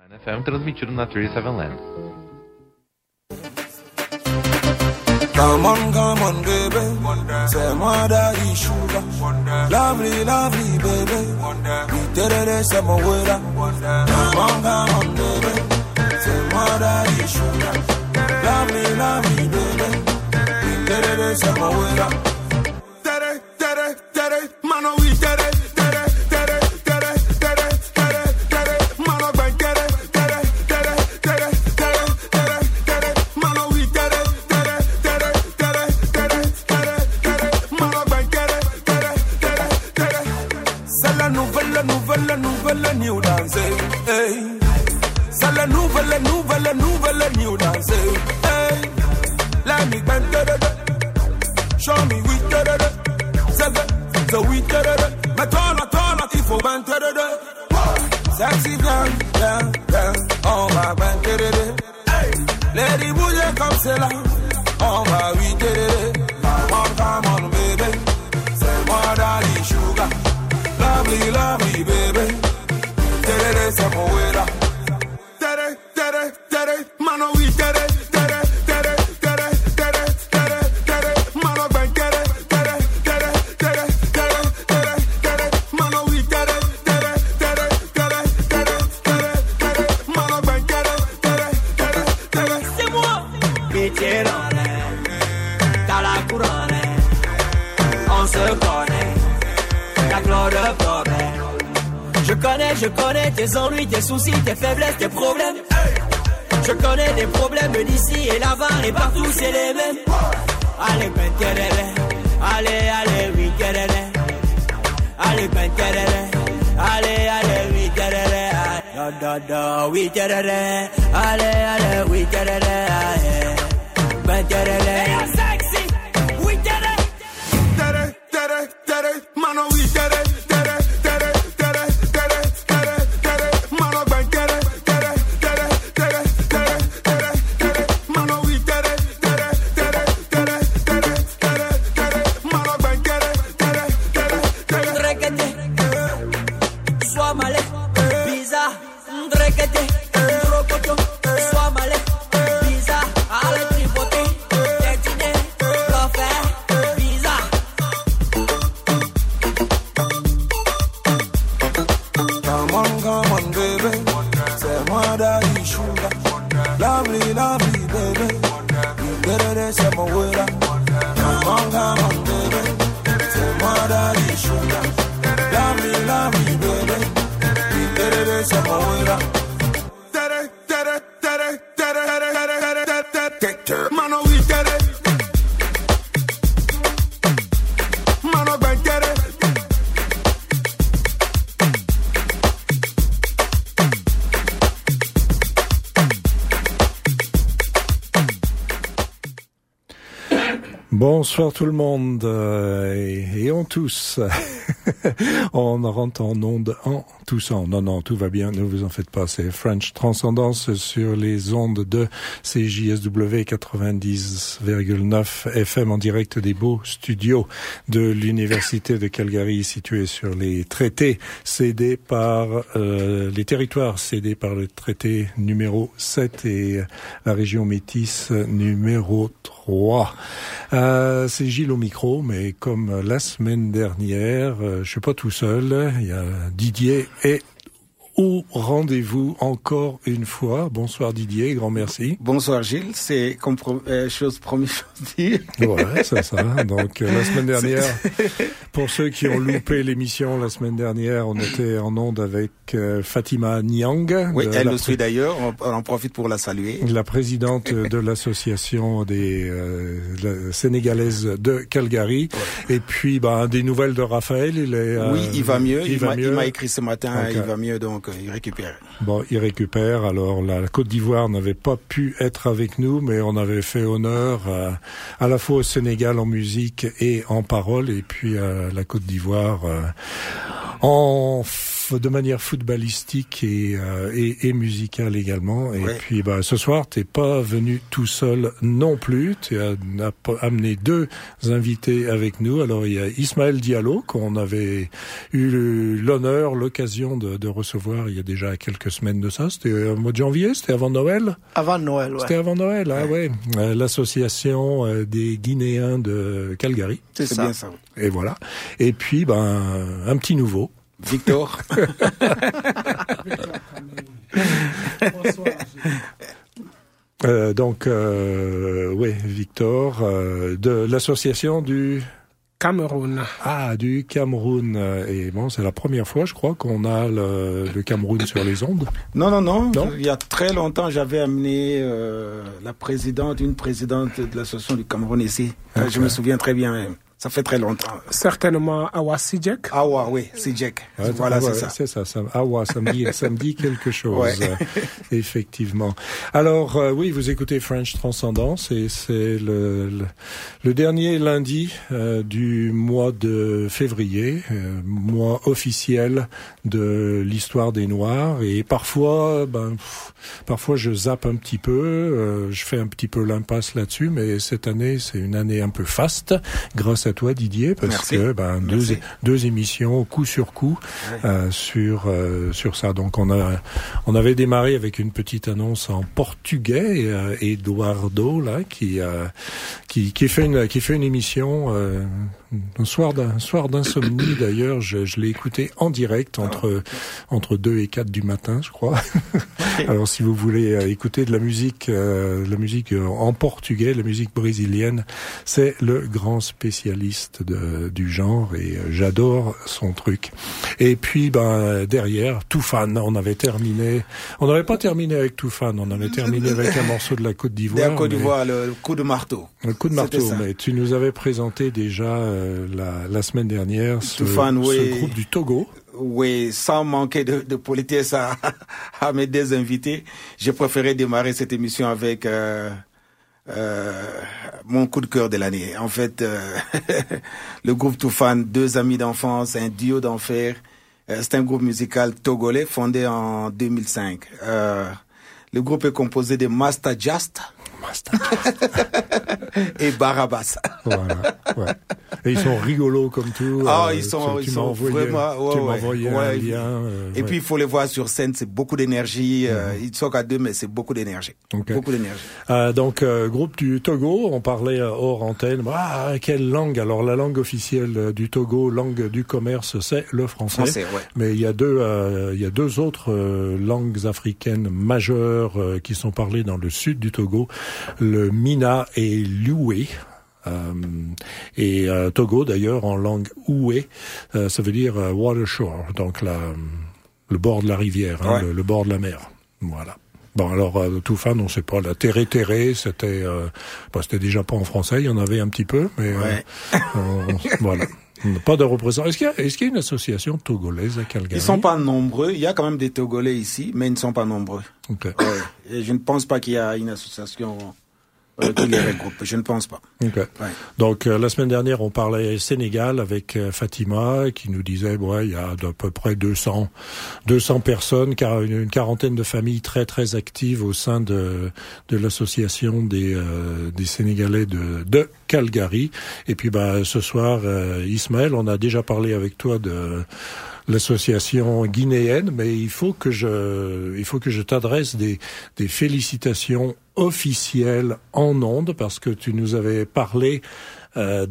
FM transmitido na 37 Land. Come on, baby. C'est moi daddy sugar. Lovely, lovely, baby. We did it, c'est mon way. Come on, baby. C'est moi daddy sugar. Lovely, lovely, baby. We did it, c'est mon way. Mano, we did it. Nouvelle new dance, hey. C'est la nouvelle new dance, hey. Let me bend it, show me we did it, so we did it. Mais toi, il faut bend it, sexy bien, on va bend it, hey. Lady bouger comme c'est là, on va we did it. Come on, baby, c'est moi daddy sugar. Lovely, lovely, baby. Tere, se moverá. Tere, mano, we tere. Mano, ven, tere. Mano, we tere. Mano, ven, tere. C'est moi. Pitié dans l'air. T'as la couronne. On se connaît. Y'a trop de problèmes. Je connais tes ennuis, tes soucis, tes faiblesses, tes problèmes. Je connais des problèmes d'ici et là-bas et partout c'est les mêmes. Allez, ben terere. Allez, oui terere. Allez, ben terere. Allez, oui terere. Da, oui terere. Allez, oui terere. Ben terere. Sexy, oui terere. Tere, mano, we tere. Bonsoir tout le monde et on tous. On rentre en onde en toussant. Non, tout va bien, ne vous en faites pas. C'est French Transcendance sur les ondes de CJSW 90,9 FM en direct des beaux studios de l'Université de Calgary situés sur les traités cédés par les territoires cédés par le traité numéro 7 et la région métisse numéro 3. C'est Gilles au micro, mais comme la semaine dernière, je suis pas tout seul. Il y a Didier et au rendez-vous encore une fois. Bonsoir Didier, grand merci. Bonsoir Gilles, c'est comme chose promise, chose dit. Ouais, c'est ça. Donc la semaine dernière, pour ceux qui ont loupé l'émission la semaine dernière, on était en onde avec Fatima Niang. Oui, elle le suit d'ailleurs, on en profite pour la saluer. La présidente de l'association des sénégalaises de Calgary. Ouais. Et puis des nouvelles de Raphaël, oui, il va mieux, il m'a écrit ce matin, okay. Il va mieux donc il récupère. Bon, il récupère. Alors la Côte d'Ivoire n'avait pas pu être avec nous, mais on avait fait honneur à la fois au Sénégal en musique et en parole, et puis à la Côte d'Ivoire en de manière footballistique et musicale également. Et puis ce soir, t'es pas venu tout seul non plus. Tu as amené 2 invités avec nous. Alors il y a Ismaël Diallo qu'on avait eu l'occasion de recevoir il y a déjà quelques semaines de ça. C'était au mois de janvier, c'était avant Noël. Avant Noël, ouais. C'était avant Noël, l'association des Guinéens de Calgary. C'est ça. Bien ça. Et voilà. Et puis, un petit nouveau. Victor. Victor, de l'association du Cameroun. Ah, du Cameroun. Et bon, c'est la première fois, je crois, qu'on a le Cameroun sur les ondes. Non. Il y a très longtemps, j'avais amené une présidente de l'association du Cameroun ici. Okay. Je me souviens très bien. Ça fait très longtemps. Certainement Awa Sijek. Awa, oui, Sijek. Voilà, c'est ça. C'est ça. Awa, ça me dit quelque chose. Effectivement. Alors, vous écoutez French Transcendance et c'est le dernier lundi du mois de février, mois officiel de l'histoire des Noirs. Et parfois, je zappe un petit peu, je fais un petit peu l'impasse là-dessus, mais cette année, c'est une année un peu faste, grâce à toi Didier, parce que deux émissions coup sur coup sur ça. Donc on avait démarré avec une petite annonce en portugais, Eduardo là qui fait une émission un soir d'insomnie d'ailleurs, je l'ai écouté en direct entre 2 et 4 du matin, je crois. Alors si vous voulez écouter de la musique en portugais, la musique brésilienne, c'est le grand spécialiste du genre et j'adore son truc. Et puis derrière Toufan, on n'avait pas terminé avec Toufan, on avait terminé avec un morceau de la Côte d'Ivoire. La Côte d'Ivoire, le coup de marteau. Le coup de marteau, mais tu nous avais présenté déjà la semaine dernière ce groupe du Togo. Oui, sans manquer de politesse à mes 2 invités, j'ai préféré démarrer cette émission avec mon coup de cœur de l'année. En fait, le groupe Toufan, 2 amis d'enfance, un duo d'enfer. C'est un groupe musical togolais fondé en 2005. Le groupe est composé de Master Just et Barabas. Voilà, ouais. Et ils sont rigolos comme tout. Ils sont vraiment. Tu m'as envoyé un lien. Et puis il faut les voir sur scène, c'est beaucoup d'énergie. Ils sont qu'à 2, mais c'est beaucoup d'énergie. Okay. Beaucoup d'énergie. Donc groupe du Togo, on parlait hors antenne. Quelle langue? Alors la langue officielle du Togo, langue du commerce, c'est le français. Mais il y a 2 autres langues africaines majeures qui sont parlées dans le sud du Togo, le Mina et l'Oué. Togo d'ailleurs en langue oué, ça veut dire water shore, donc le bord de la rivière, le bord de la mer. Voilà. Bon alors Toufan, on sait pas, la terre c'était déjà pas en français, il y en avait un petit peu, mais voilà. Pas de représentant. Est-ce qu'il y a une association togolaise à Calgary? Ils sont pas nombreux. Il y a quand même des Togolais ici, mais ils ne sont pas nombreux. Okay. Et je ne pense pas qu'il y a une association qui les regroupe. Je ne pense pas. Okay. Ouais. Donc la semaine dernière, on parlait Sénégal avec Fatima qui nous disait il y a à peu près 200 personnes, une quarantaine de familles très très actives au sein de l'association des Sénégalais de Calgary. Et puis ce soir, Ismaël, on a déjà parlé avec toi de l'association guinéenne, mais il faut que je t'adresse des félicitations officielles en ondes parce que tu nous avais parlé dans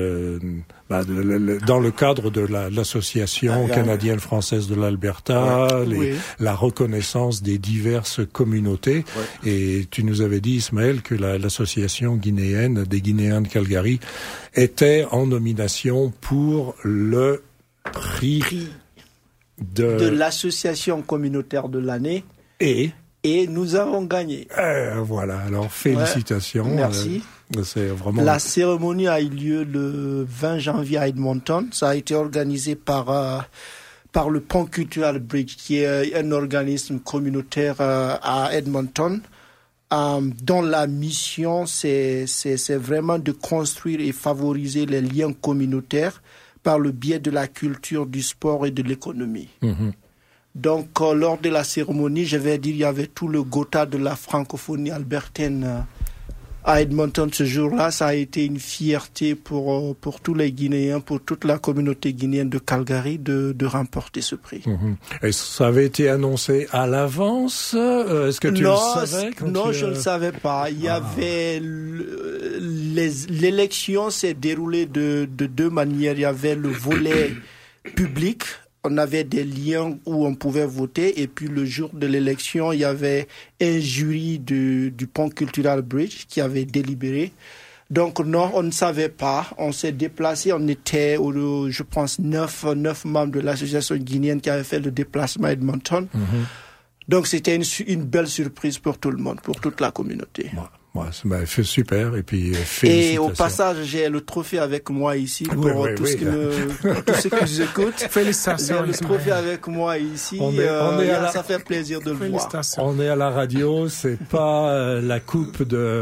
le cadre de l'association canadienne-française de l'Alberta, la reconnaissance des diverses communautés. Ouais. Et tu nous avais dit, Ismaël, que l'association guinéenne des Guinéens de Calgary était en nomination pour le prix de l'association communautaire de l'année. Et nous avons gagné. Voilà, alors félicitations. Ouais, merci. C'est vraiment... La cérémonie a eu lieu le 20 janvier à Edmonton. Ça a été organisé par le Pont Cultural Bridge, qui est un organisme communautaire à Edmonton, dont la mission, c'est vraiment de construire et favoriser les liens communautaires par le biais de la culture, du sport et de l'économie. Mm-hmm. Donc, lors de la cérémonie, je vais dire, il y avait tout le Gotha de la francophonie albertaine à Edmonton ce jour-là. Ça a été une fierté pour tous les Guinéens, pour toute la communauté guinéenne de Calgary de remporter ce prix. Et ça avait été annoncé à l'avance? Est-ce que tu le savais? Non, je ne le savais pas. Il y avait l'élection s'est déroulée de deux manières. Il y avait le volet public. On avait des liens où on pouvait voter, et puis le jour de l'élection, il y avait un jury du Pont Cultural Bridge qui avait délibéré. Donc non, on ne savait pas. On s'est déplacé. On était, je pense, 9 membres de l'association guinéenne qui avaient fait le déplacement à Edmonton. Donc c'était une belle surprise pour tout le monde, pour toute la communauté. C'est super, et puis félicitations. Et au passage, j'ai le trophée avec moi ici pour tous ceux qui nous écoutent. Félicitations. J'ai le trophée avec moi ici. Ça fait plaisir de le voir. On est à la radio, c'est pas la coupe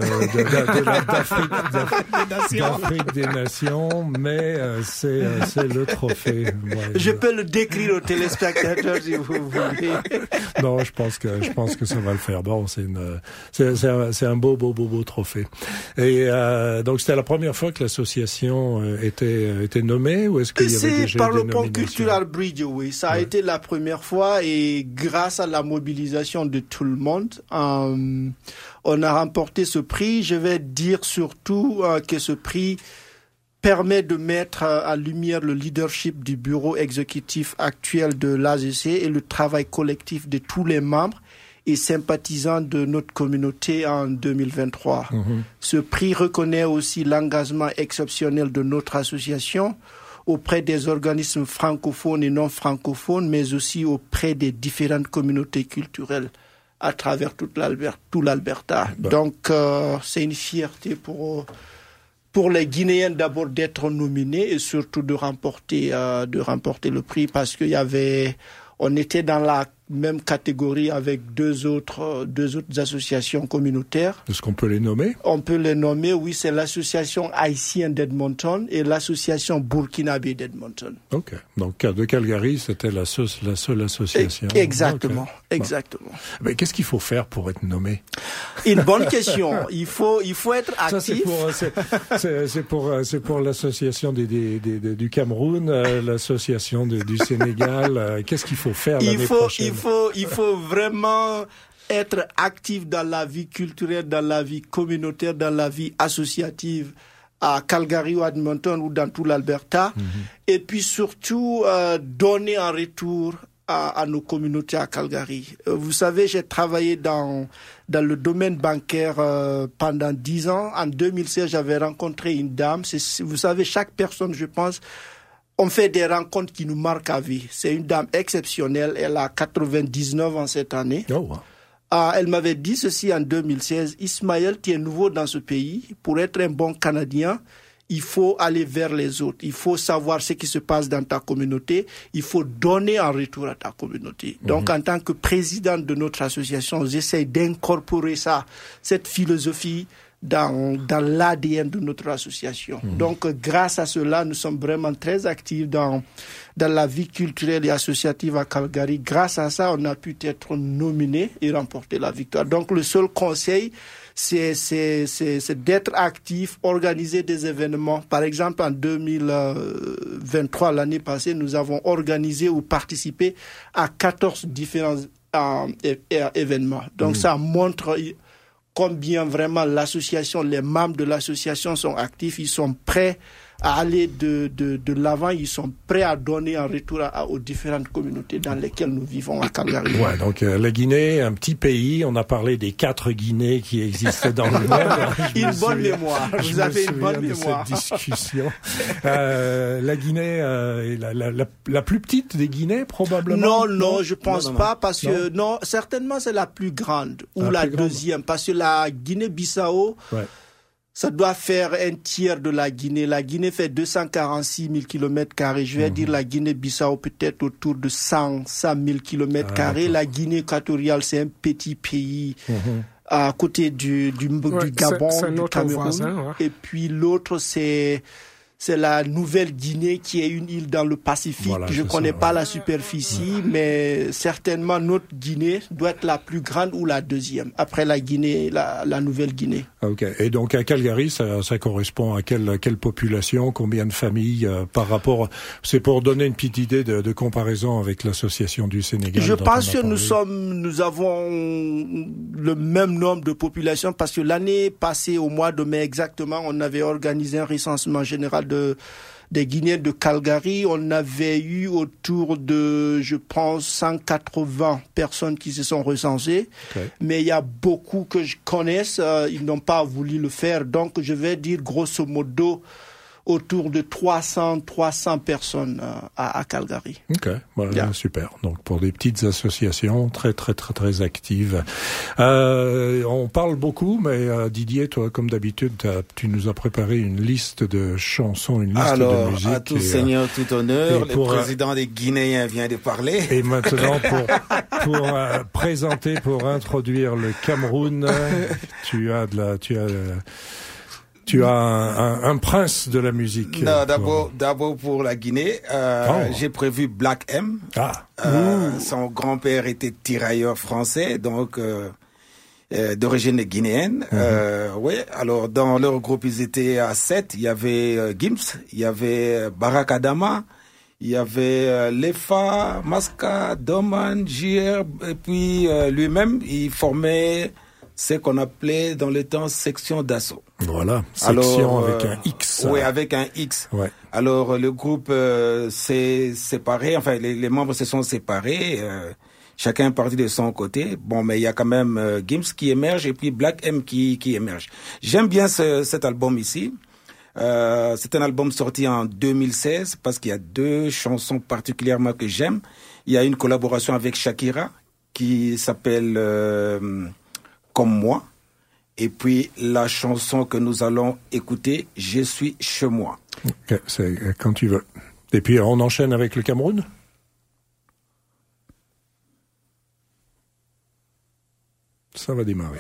d'Afrique des Nations, mais c'est le trophée. Je peux le décrire aux téléspectateurs si vous voulez. Non, je pense que ça va le faire. Bon, c'est un beau trophée. Et donc c'était la première fois que l'association était nommée, ou est-ce qu'il y avait déjà des nominations? C'est par le Pont Cultural Bridge, oui. Ça a été la première fois, et grâce à la mobilisation de tout le monde, on a remporté ce prix. Je vais dire surtout que ce prix permet de mettre en lumière le leadership du bureau exécutif actuel de l'AGC et le travail collectif de tous les membres et sympathisants de notre communauté en 2023. Ce prix reconnaît aussi l'engagement exceptionnel de notre association auprès des organismes francophones et non francophones, mais aussi auprès des différentes communautés culturelles à travers tout l'Alberta. Donc, c'est une fierté pour les Guinéens d'abord d'être nominés et surtout de remporter le prix, parce on était dans la même catégorie avec deux autres associations communautaires. Est-ce qu'on peut les nommer? On peut les nommer, oui. C'est l'association haïtienne d'Edmonton et l'association burkinabé d'Edmonton. Ok. Donc, de Calgary, c'était la seule association. Exactement. Okay. Exactement. Mais qu'est-ce qu'il faut faire pour être nommé? Une bonne question. Il faut être actif. Ça, c'est pour l'association du Cameroun, l'association du Sénégal. Qu'est-ce qu'il faut faire l'année prochaine? Il faut vraiment être actif dans la vie culturelle, dans la vie communautaire, dans la vie associative à Calgary ou à Edmonton ou dans tout l'Alberta. Et puis surtout donner en retour à nos communautés à Calgary. Vous savez, j'ai travaillé dans le domaine bancaire pendant 10 ans. En 2016, j'avais rencontré une dame. Vous savez, chaque personne, je pense, on fait des rencontres qui nous marquent à vie. C'est une dame exceptionnelle. Elle a 99 ans cette année. Oh, wow. Elle m'avait dit ceci en 2016. Ismaël, tu es nouveau dans ce pays. Pour être un bon Canadien, il faut aller vers les autres. Il faut savoir ce qui se passe dans ta communauté. Il faut donner en retour à ta communauté. Donc, en tant que président de notre association, j'essaie d'incorporer cette philosophie dans l'ADN de notre association. Donc, grâce à cela, nous sommes vraiment très actifs dans la vie culturelle et associative à Calgary. Grâce à ça, on a pu être nominés et remporter la victoire. Donc, le seul conseil, c'est d'être actif, organiser des événements. Par exemple, en 2023, l'année passée, nous avons organisé ou participé à 14 différents événements. Donc, ça montre combien vraiment l'association, les membres de l'association sont actifs, ils sont prêts à aller de l'avant, ils sont prêts à donner en retour aux différentes communautés dans lesquelles nous vivons à Calgary. Ouais, donc la Guinée, un petit pays, on a parlé des 4 Guinées qui existaient dans le monde. Une bonne mémoire, vous avez une bonne mémoire. De cette discussion. La Guinée est la plus petite des Guinées, probablement? Non, je pense pas, parce que, non, certainement c'est la plus grande, ou la deuxième, parce que la Guinée-Bissau, ça doit faire un tiers de la Guinée. La Guinée fait 246 000 km². Je vais dire la Guinée-Bissau peut-être autour de 100 000 km². La Guinée équatoriale, c'est un petit pays à côté du Gabon, du Cameroun. Voisin, Et puis l'autre, c'est c'est la Nouvelle-Guinée qui est une île dans le Pacifique. Voilà, je connais pas la superficie, mais certainement notre Guinée doit être la plus grande ou la deuxième. Après la Guinée, la Nouvelle-Guinée. Ok. Et donc à Calgary, ça correspond à quelle population, combien de familles par rapport. C'est pour donner une petite idée de comparaison avec l'association du Sénégal. Je pense que nous avons le même nombre de populations parce que l'année passée, au mois de mai exactement, on avait organisé un recensement général des Guinéens de Calgary. On avait eu autour de, je pense, 180 personnes qui se sont recensées. Okay. Mais il y a beaucoup que je connaisse, ils n'ont pas voulu le faire. Donc, je vais dire grosso modo autour de 300 personnes à Calgary. Ok, voilà, yeah. Super. Donc pour des petites associations très actives. On parle beaucoup, mais Didier, toi, comme d'habitude, tu nous as préparé une liste de chansons, une liste de musique. À tout seigneur, tout honneur, le président des Guinéens vient de parler. Et maintenant, pour présenter, pour introduire le Cameroun, tu as un prince de la musique. Non, d'abord pour la Guinée, j'ai prévu Black M. Son grand-père était tirailleur français, donc d'origine guinéenne. Alors dans leur groupe, ils étaient à 7. Il y avait Gims, il y avait Barak Adama, il y avait Lefa, Maska, Doman, JR, et puis lui-même, il formait ce qu'on appelait dans le temps section d'assaut. Voilà, section avec un X. Oui, avec un X. Ouais. Alors le groupe s'est séparé, enfin les membres se sont séparés, chacun est parti de son côté. Bon, mais il y a quand même Gims qui émerge et puis Black M qui émerge. J'aime bien cet album ici. C'est un album sorti en 2016 parce qu'il y a 2 chansons particulièrement que j'aime. Il y a une collaboration avec Shakira qui s'appelle Comme moi. Et puis la chanson que nous allons écouter, Je suis chez moi. Ok, c'est quand tu veux. Et puis on enchaîne avec le Cameroun. Ça va démarrer.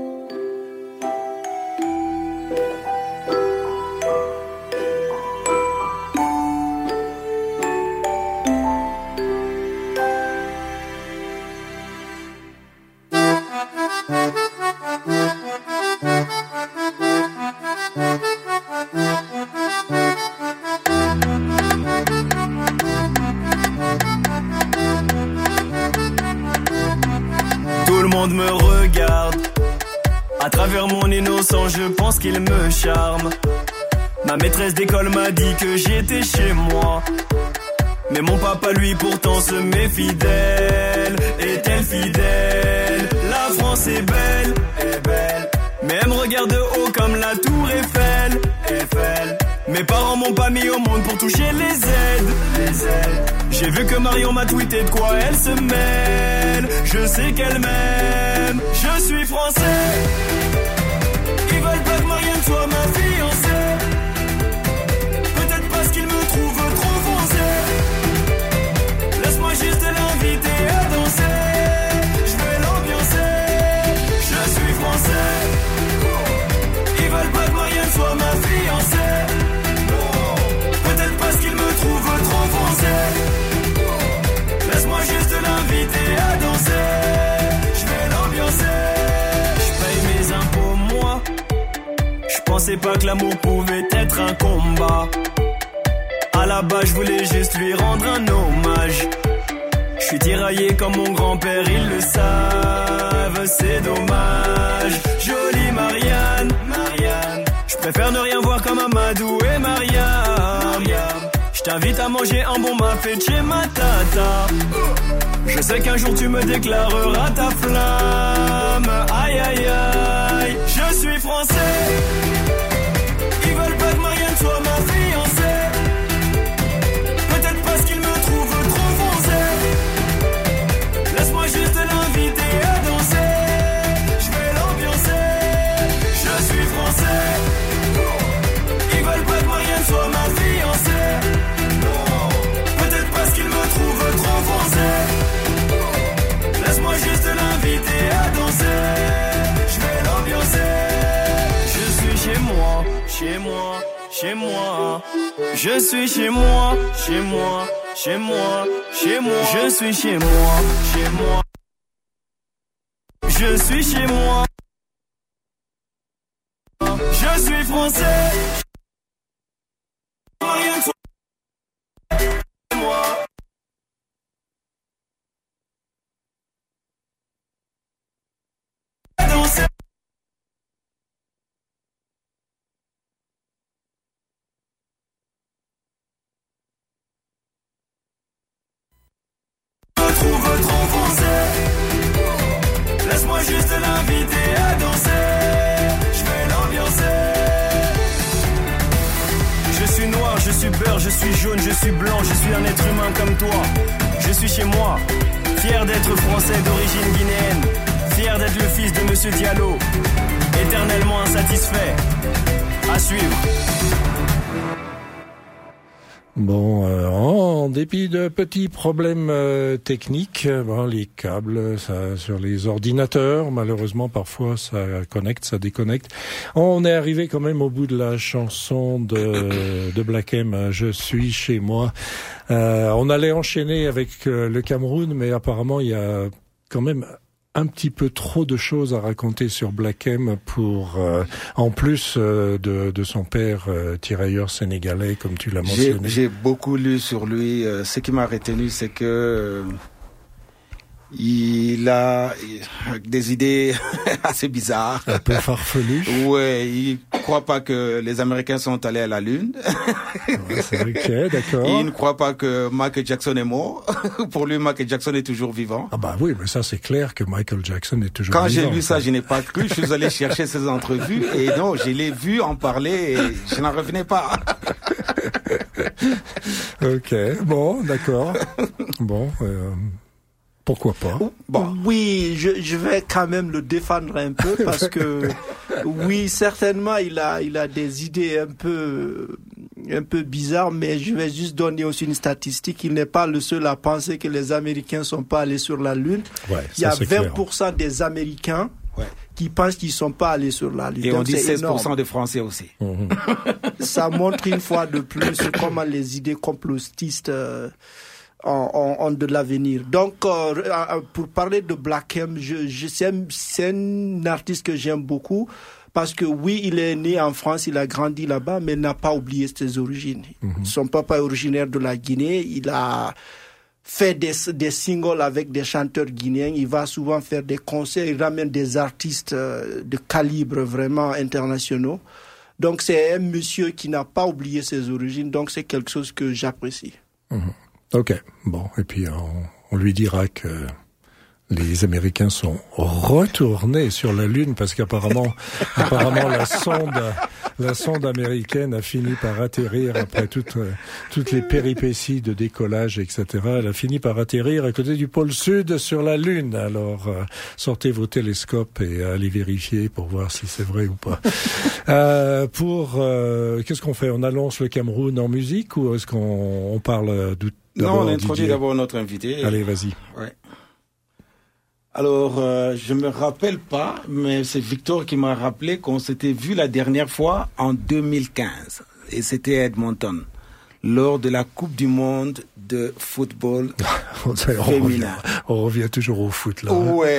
Me regarde à travers mon innocence, je pense qu'il me charme. Ma maîtresse d'école m'a dit que j'étais chez moi, mais mon papa lui pourtant se méfie d'elle. Est-elle fidèle? La France est belle, mais elle me regarde de haut comme la tour Eiffel. Mes parents m'ont pas mis au monde pour toucher les aides. J'ai vu que Marion m'a tweeté de quoi elle se mêle. Je sais qu'elle m'aime. Je suis français. Ils veulent pas que Marianne soit ma fiancée. Peut-être parce qu'ils me trouvent trop foncé. Laisse-moi juste l'inviter à danser. Je vais l'ambiancer. Je suis français. Ils veulent pas que Marianne soit ma fiancée. Peut-être parce qu'ils me trouvent trop foncé. Laisse-moi juste l'inviter à danser. Je vais l'ambiancer. Je paye mes impôts moi. Je pensais pas que l'amour pouvait être un combat. À la base je voulais juste lui rendre un hommage. Je suis tiraillé comme mon grand-père, ils le savent. C'est dommage. Jolie Marianne. Je préfère ne rien voir comme Amadou et Mariam. Je t'invite à manger un bon mafé chez ma tata. Je sais qu'un jour tu me déclareras ta flamme. Aïe aïe aïe. Je suis français. Ils veulent pas que Marianne soit ma fiancée. Peut-être parce qu'ils me trouvent trop foncé. Laisse-moi juste l'inviter à danser. Je vais l'ambiancer. Je suis français. Ils veulent pas que Marianne soit ma fiancée. Peut-être parce qu'ils me trouvent trop foncé. Laisse-moi juste l'inviter à chez moi. Je suis chez moi, chez moi, chez moi, chez moi. Je suis chez moi, chez moi. Je suis chez moi. Je suis français. Rien que moi. Danser. Retrouve trop français. Laisse-moi juste l'inviter à danser. Je vais l'ambiancer. Je suis noir, je suis beurre, je suis jaune, je suis blanc, je suis un être humain comme toi. Je suis chez moi, fier d'être français d'origine guinéenne, fier d'être le fils de Monsieur Diallo, éternellement insatisfait. À suivre. Bon, en dépit de petits problèmes techniques, les câbles ça, sur les ordinateurs, malheureusement parfois ça connecte, ça déconnecte. On est arrivé quand même au bout de la chanson de Black M, Je suis chez moi. On allait enchaîner avec le Cameroun, mais apparemment il y a quand même un petit peu trop de choses à raconter sur Black M pour, en plus de son père tirailleur sénégalais, comme tu l'as mentionné. J'ai beaucoup lu sur lui. Ce qui m'a retenu, c'est que il a des idées assez bizarres. Un peu farfelues. Ouais, il croit pas que les Américains sont allés à la Lune. Ouais, c'est ok, d'accord. Il ne croit pas que Michael Jackson est mort. Pour lui, Michael Jackson est toujours vivant. Ah bah oui, mais ça c'est clair que Michael Jackson est toujours vivant. Quand j'ai lu ça, je n'ai pas cru. Je suis allé chercher ses entrevues et non, je l'ai vu en parler et je n'en revenais pas. Ok, bon, d'accord. Bon, pourquoi pas? Bon. Oui, je vais quand même le défendre un peu parce que oui, certainement il a des idées un peu bizarres, mais je vais juste donner aussi une statistique. Il n'est pas le seul à penser que les Américains sont pas allés sur la Lune. Ouais, il y a ça, 20% clair. Des Américains qui pensent qu'ils sont pas allés sur la Lune. Et donc on dit 16% énorme. des Français aussi. Ça montre une fois de plus comment les idées complotistes ont de l'avenir. Donc, pour parler de Black M, c'est un artiste que j'aime beaucoup parce que oui, il est né en France, il a grandi là-bas, mais il n'a pas oublié ses origines. Son papa est originaire de la Guinée, il a fait des singles avec des chanteurs guinéens, il va souvent faire des concerts, il ramène des artistes de calibre vraiment internationaux. Donc, c'est un monsieur qui n'a pas oublié ses origines, donc c'est quelque chose que j'apprécie. Ok, bon, et puis on lui dira que les Américains sont retournés sur la Lune parce qu'apparemment la sonde américaine a fini par atterrir après toutes les péripéties de décollage, etc. Elle a fini par atterrir à côté du pôle Sud sur la Lune. Alors sortez vos télescopes et allez vérifier pour voir si c'est vrai ou pas. Qu'est-ce qu'on fait? On annonce le Cameroun en musique ou est-ce qu'on parle Non, on introduit d'abord notre invité. Allez, vas-y. Ouais. Alors, je me rappelle pas, mais c'est Victor qui m'a rappelé qu'on s'était vu la dernière fois en 2015. Et c'était à Edmonton, lors de la Coupe du Monde de football féminin. On revient toujours au foot, là. Ouais.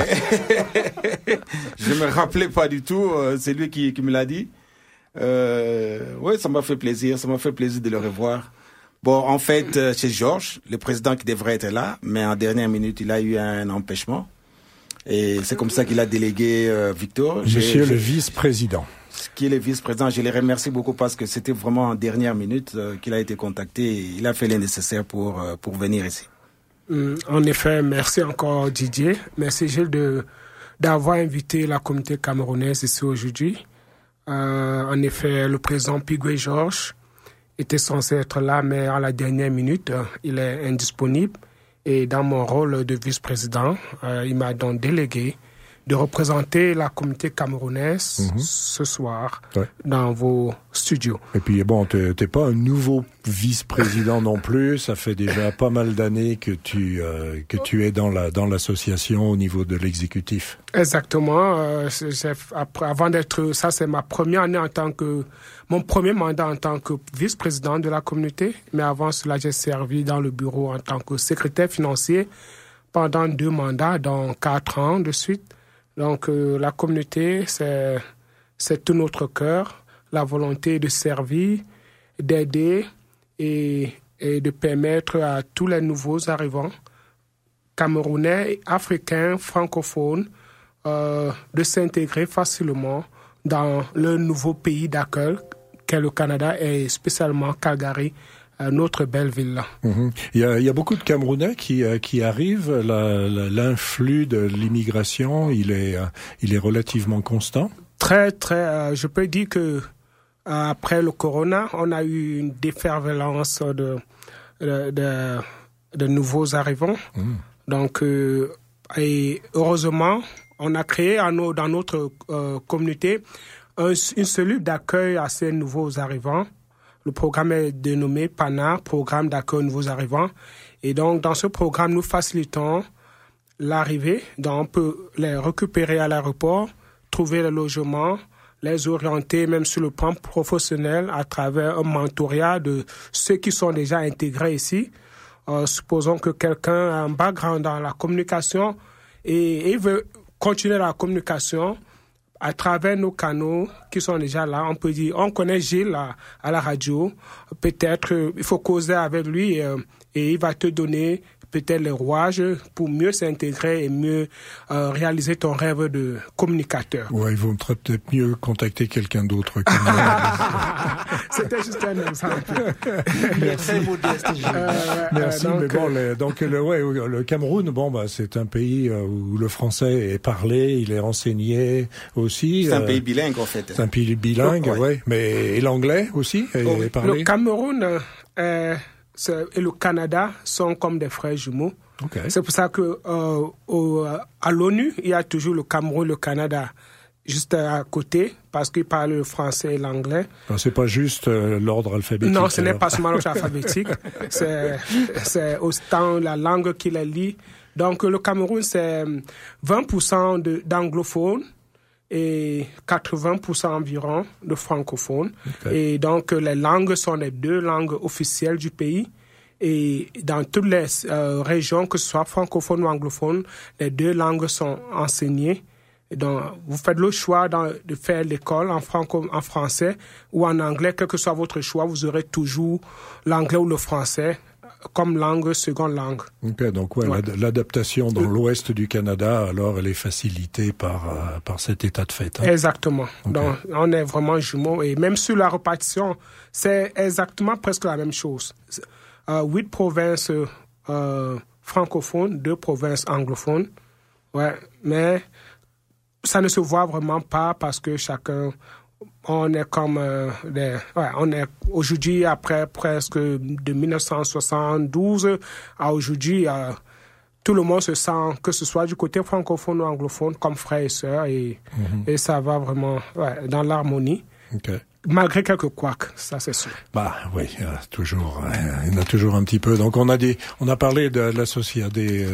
Je me rappelais pas du tout, c'est lui qui me l'a dit. Ouais, ça m'a fait plaisir de le revoir. Bon, en fait, c'est Georges, le président qui devrait être là, mais en dernière minute, il a eu un empêchement. Et c'est comme ça qu'il a délégué Victor. Monsieur le vice-président. Qui est le vice-président, je le remercie beaucoup parce que c'était vraiment en dernière minute qu'il a été contacté et il a fait le nécessaire pour venir ici. En effet, merci encore Didier. Merci Gilles d'avoir invité la communauté camerounaise ici aujourd'hui. En effet, le président Pigoué Georges était censé être là, mais à la dernière minute, il est indisponible. Et dans mon rôle de vice-président, il m'a donc délégué de représenter la communauté camerounaise ce soir dans vos studios. Et puis bon, t'es pas un nouveau vice-président non plus. Ça fait déjà pas mal d'années que tu es dans l'association au niveau de l'exécutif. Exactement. Avant d'être, ça c'est ma première année mon premier mandat en tant que vice-président de la communauté. Mais avant cela, j'ai servi dans le bureau en tant que secrétaire financier pendant 2 mandats, dans 4 ans de suite. Donc, la communauté, c'est tout notre cœur, la volonté de servir, d'aider et de permettre à tous les nouveaux arrivants, camerounais, africains, francophones, de s'intégrer facilement dans le nouveau pays d'accueil qu'est le Canada et spécialement Calgary, notre belle ville là. Il y a beaucoup de Camerounais qui arrivent. L'influx de l'immigration, il est relativement constant. Très, très. Je peux dire que après le corona, on a eu une défervescence de nouveaux arrivants. Donc, et heureusement, on a créé dans notre communauté une cellule d'accueil à ces nouveaux arrivants. Le programme est dénommé PANA, Programme d'accueil aux nouveaux arrivants. Et donc, dans ce programme, nous facilitons l'arrivée. Donc, on peut les récupérer à l'aéroport, trouver le logement, les orienter même sur le plan professionnel à travers un mentorat de ceux qui sont déjà intégrés ici. Supposons que quelqu'un a un background dans la communication et il veut continuer la communication. À travers nos canaux qui sont déjà là, on peut dire, on connaît Gilles à la radio, peut-être il faut causer avec lui et il va te donner peut-être les rouages pour mieux s'intégrer et mieux réaliser ton rêve de communicateur. Ouais, il vaut peut-être mieux contacter quelqu'un d'autre que moi. C'était juste un exemple. Merci. Très modeste. Merci, mais bon, le Cameroun, c'est un pays où le français est parlé, il est enseigné aussi. C'est un pays bilingue, en fait. C'est un pays bilingue, ouais. Mais et l'anglais aussi est parlé. Le Cameroun et le Canada sont comme des frères jumeaux. Okay. C'est pour ça que à l'ONU, il y a toujours le Cameroun et le Canada juste à côté, parce qu'ils parlent le français et l'anglais. Alors, c'est pas juste l'ordre alphabétique. Non, ce n'est pas seulement l'ordre alphabétique. C'est autant la langue qui les lie. Donc, le Cameroun, c'est 20% d'anglophones et 80% environ de francophones. Okay. Et donc, les langues sont les 2 langues officielles du pays. Et dans toutes les régions, que ce soit francophone ou anglophone, les 2 langues sont enseignées. Et donc, vous faites le choix de faire l'école en français ou en anglais, quel que soit votre choix, vous aurez toujours l'anglais ou le français comme seconde langue. Ok, donc l'adaptation dans l'ouest du Canada, alors elle est facilitée par cet état de fait. Hein? Exactement. Okay. Donc on est vraiment jumeaux et même sur la répartition, c'est exactement presque la même chose. 8 provinces francophones, 2 provinces anglophones. Ouais, mais ça ne se voit vraiment pas parce que chacun... On est comme on est aujourd'hui, après presque de 1972 à aujourd'hui, tout le monde se sent, que ce soit du côté francophone ou anglophone, comme frères et sœurs, et ça va vraiment dans l'harmonie. Okay. Malgré quelques couacs, ça c'est sûr. Bah oui, toujours, il y en a toujours un petit peu. Donc on a parlé de l'association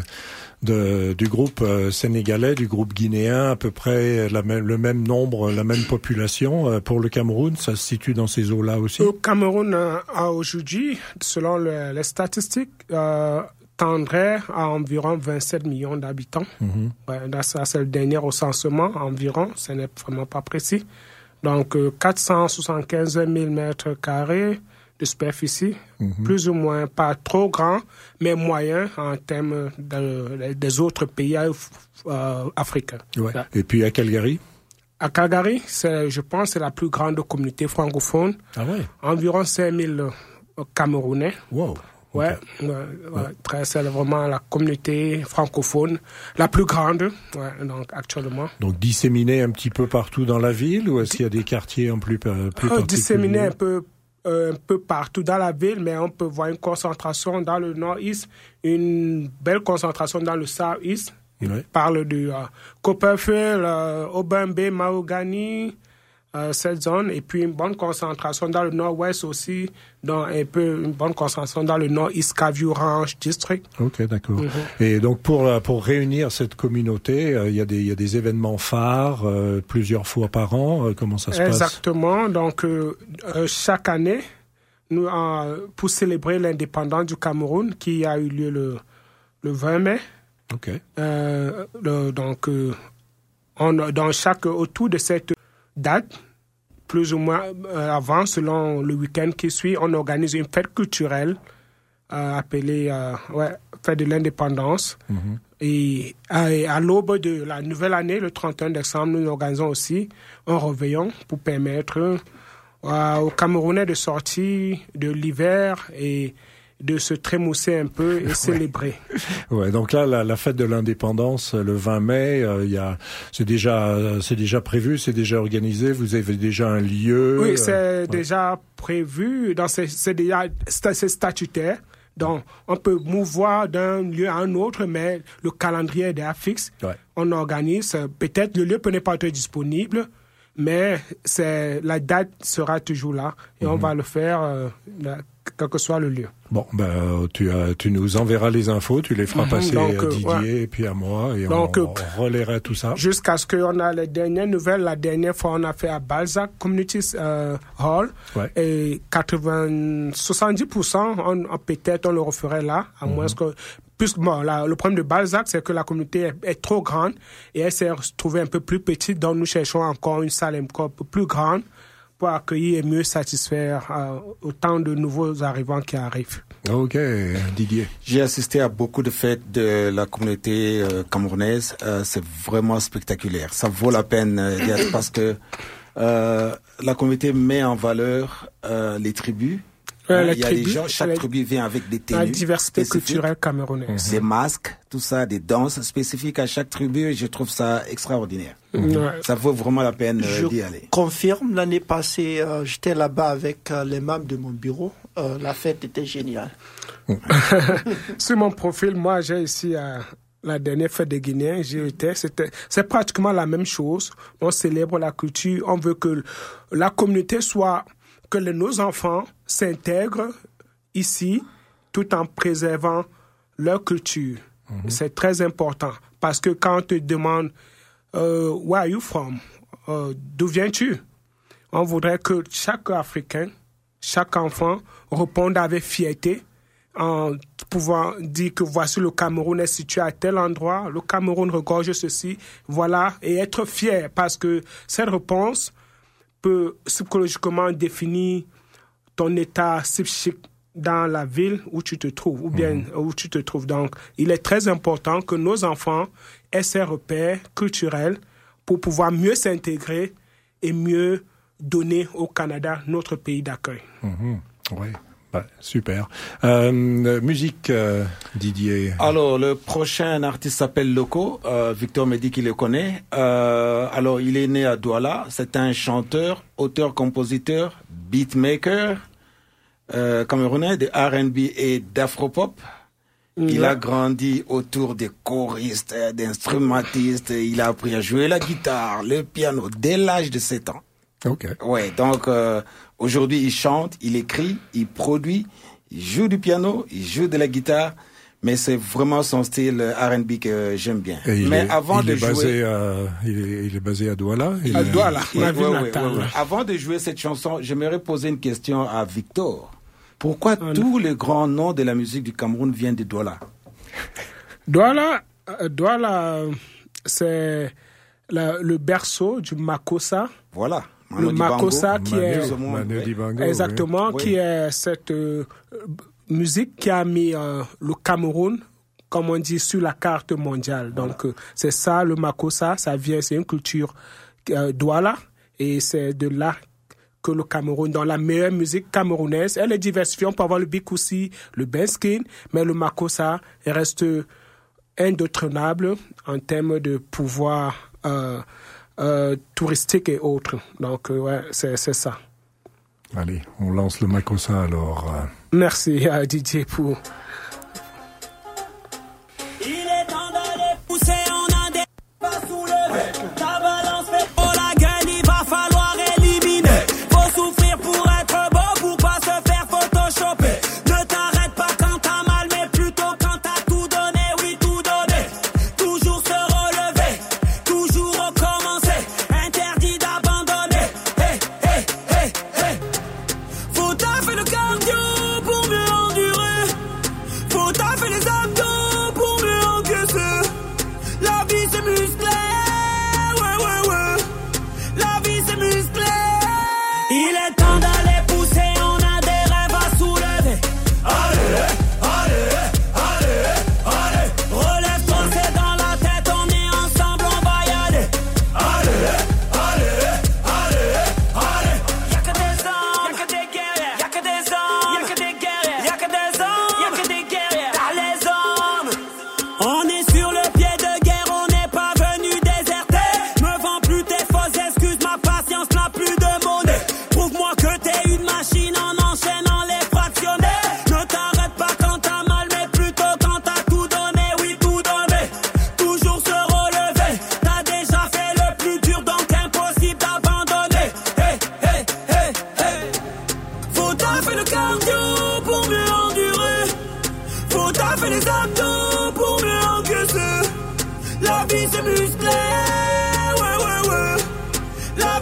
du groupe sénégalais, du groupe guinéen, à peu près le même nombre, la même population. Pour le Cameroun, ça se situe dans ces eaux-là aussi? Le Cameroun a aujourd'hui, selon les statistiques, tendrait à environ 27 millions d'habitants. Ça, c'est le dernier recensement, environ, ce n'est vraiment pas précis. Donc, 475 000 mètres carrés de superficie, plus ou moins pas trop grand, mais moyen en termes des autres pays africains. Ouais. Et puis à Calgary? À Calgary, je pense, c'est la plus grande communauté francophone. Ah ouais? Environ 5 000 Camerounais. Wow. Ouais, c'est vraiment la communauté francophone la plus grande, donc actuellement. Donc disséminée un petit peu partout dans la ville, ou est-ce qu'il y a des quartiers en plus particuliers? Disséminée un peu partout dans la ville, mais on peut voir une concentration dans le nord-est, une belle concentration dans le south-est, Il parle de Copperfield, Obembe, Mahogany, cette zone, et puis une bonne concentration dans le nord-ouest aussi, une bonne concentration dans le nord-east Kaview Ranch District. Ok, d'accord. Et donc pour réunir cette communauté, il y a des événements phares plusieurs fois par an. Comment ça se passe? Exactement. Donc chaque année, nous pour célébrer l'indépendance du Cameroun, qui a eu lieu le 20 mai. Ok. Autour de cette date, plus ou moins avant, selon le week-end qui suit, on organise une fête culturelle appelée Fête de l'Indépendance. Et à l'aube de la nouvelle année, le 31 décembre, nous organisons aussi un réveillon pour permettre aux Camerounais de sortir de l'hiver et de se trémousser un peu et célébrer. Ouais, donc là, la fête de l'indépendance, le 20 mai, c'est déjà prévu, c'est déjà organisé, vous avez déjà un lieu. Oui, c'est déjà prévu, c'est statutaire. Donc, on peut mouvoir d'un lieu à un autre, mais le calendrier est déjà fixe. Ouais. On organise, peut-être le lieu peut ne pas être disponible, mais la date sera toujours là et on va le faire quel que soit le lieu. Bon, tu nous enverras les infos, tu les feras passer à Didier et puis à moi et on relaiera tout ça. Jusqu'à ce qu'on a les dernières nouvelles. La dernière fois, on a fait à Balzac Community Hall et 70%, peut-être on le referait là, à moins que... le problème de Balzac, c'est que la communauté est trop grande et elle s'est retrouvée un peu plus petite, donc nous cherchons encore une salle encore plus grande pour accueillir et mieux satisfaire autant de nouveaux arrivants qui arrivent. Ok, Didier. J'ai assisté à beaucoup de fêtes de la communauté camerounaise. C'est vraiment spectaculaire. Ça vaut la peine d'y être parce que la communauté met en valeur les tribus. Il y a des gens, chaque tribu vient avec des tenues. La diversité culturelle camerounaise. Des masques, tout ça, des danses spécifiques à chaque tribu. Et je trouve ça extraordinaire. Ça vaut vraiment la peine d'y aller. Je confirme, l'année passée, j'étais là-bas avec les membres de mon bureau. La fête était géniale. Sur mon profil, moi, j'ai ici la dernière fête des Guinéens. C'est pratiquement la même chose. On célèbre la culture. On veut que la communauté que nos enfants s'intègrent ici tout en préservant leur culture. C'est très important parce que quand on te demande where are you from? D'où viens-tu? On voudrait que chaque Africain, chaque enfant réponde avec fierté en pouvant dire que voici le Cameroun est situé à tel endroit, le Cameroun regorge ceci, voilà, et être fier parce que cette réponse peut psychologiquement définir ton état psychique dans la ville où tu te trouves, ou bien où tu te trouves. Donc, il est très important que nos enfants aient ces repères culturels pour pouvoir mieux s'intégrer et mieux donner au Canada notre pays d'accueil. Oui. Super. Musique, Didier. Alors, le prochain artiste s'appelle Loco. Victor me dit qu'il le connaît. Alors, il est né à Douala. C'est un chanteur, auteur, compositeur, beatmaker camerounais de R&B et d'afropop. Il a grandi autour des choristes, d'instrumentistes. Il a appris à jouer la guitare, le piano dès l'âge de 7 ans. Ok. Ouais, donc aujourd'hui il chante, il écrit, il produit, il joue du piano, il joue de la guitare, mais c'est vraiment son style R&B que j'aime bien. Il est basé à Douala. À Douala, ma ville natale. Avant de jouer cette chanson, j'aimerais poser une question à Victor. Pourquoi tous les grands noms de la musique du Cameroun viennent de Douala? Douala, c'est le berceau du Makossa. Voilà. Le Makossa qui est exactement, qui est cette musique qui a mis le Cameroun, comme on dit, sur la carte mondiale. Donc c'est ça le Makossa, c'est une culture Douala et c'est de là que le Cameroun, dans la meilleure musique camerounaise, elle est diversifiée. On peut avoir le Bikoussi, le Benskin, mais le Makossa reste indétrônable en termes de pouvoir touristique et autres. Donc, c'est ça. Allez, on lance le Makossa alors. Merci à Didier pour... Il est temps de les pousser en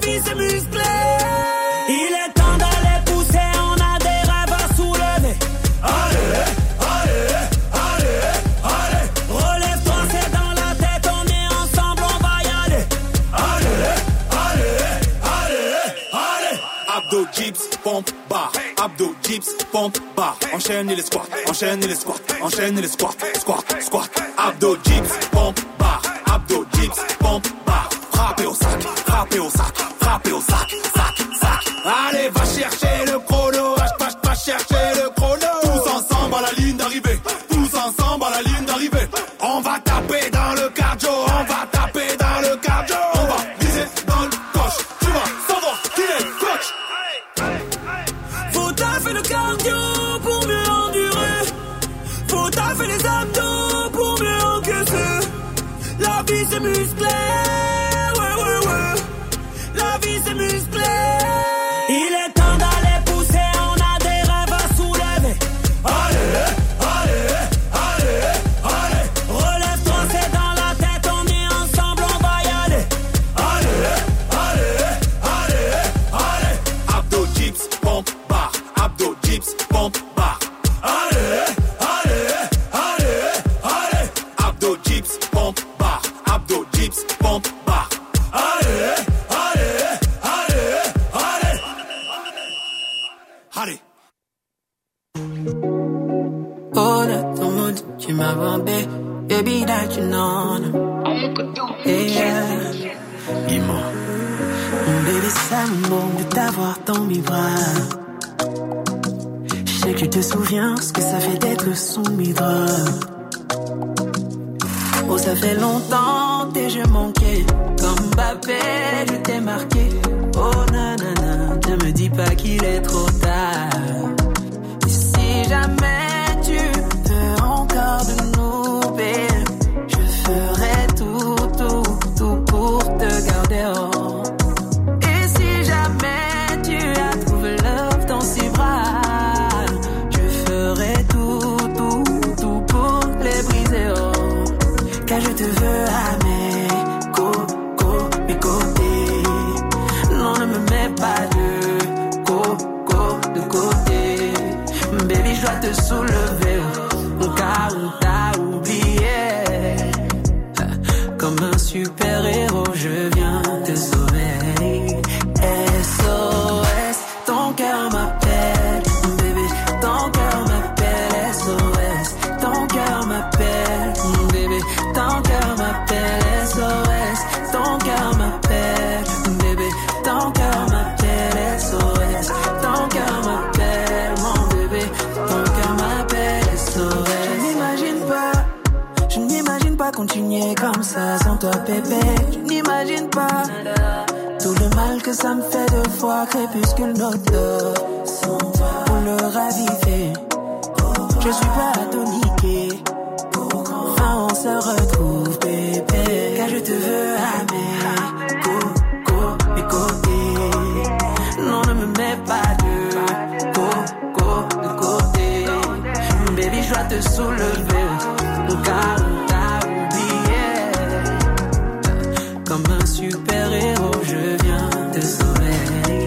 vie c'est musclé. Il est temps d'aller pousser, on a des rêves à soulever. Allez, allez, allez, allez. Relève-toi, c'est dans la tête, on est ensemble, on va y aller. Allez, allez, allez, allez. Abdo, dips, pompe, bar. Abdo, dips, pompe, bar. Enchaîne les squats, enchaîne les squats, enchaîne les squats, squat, squat. Abdo, dips, pompe, bar. Abdo, dips, pompe, bar. Frappez au sac, frappez au sac, frappez au sac, sac, sac. Allez, va chercher le chrono, va chercher le chrono. Tous ensemble à la ligne d'arrivée, tous ensemble à la ligne d'arrivée. On va taper dans le cardio, on va taper dans le cardio. On va viser dans le coche, tu vas savoir qui est le coach. Faut taffer le cardio pour mieux endurer. Faut taffer les abdos pour mieux encaisser. La vie c'est musclé, ouais, ouais, ouais. La vie c'est musclé. Il est temps d'aller pousser, on a des rêves à soulever. Allez, allez, allez, allez. Relève-toi, c'est dans la tête, on est ensemble, on va y aller. Allez, allez, allez, allez. Abdo, dips, pompe, bar. Abdo, dips, pompe, bar. Allez, allez, allez, allez. Abdo, dips, pompe, bar. Abdo, dips, pompe, bar. Allez, allez, allez, allez. Allez. Oh, that's so much tu m'as bombé. Baby, that you know. Yeah. Dis-moi. Baby, ça me manque de t'avoir dans mes bras. Je sais que tu te souviens ce que ça fait d'être sous mes draps. Oh, ça fait longtemps que je manquais. Comme Mbappé, je t'ai marqué. Oh, nanana, ne me dis pas qu'il est trop tard. Et si jamais tu veux encore de nous, babe, je ferai tout, tout, tout pour te garder hors. Et si jamais tu as trouvé love dans ses bras, je ferai tout, tout, tout pour les briser hors. Car je te veux à mes côtés. Non, ne me mets pas de côté. Baby, je dois te soulever au cas où t'as oublié. Comme un super héros, je viens te sauver. SOS, ton cœur m'appelle. Baby, ton cœur m'appelle. SOS, ton cœur m'appelle. Baby, ton cœur m'appelle. SOS, ton cœur m'appelle. Baby, ton cœur m'appelle. SOS, ton cœur m'appelle. Mon bébé, ton cœur m'appelle. SOS. Je n'imagine pas continuer comme ça sans toi, bébé. Je n'imagine pas tout le mal que ça me fait de voir crépuscule notre love. Sans toi, pour le raviver, je suis pas à toniquer. Enfin, on se retrouve, bébé. Car je te veux à mes côtés. Non, ne me mets pas de côté. Baby, je dois te soulever au cas où t'as oublié. Comme un super héros, je viens te sauver.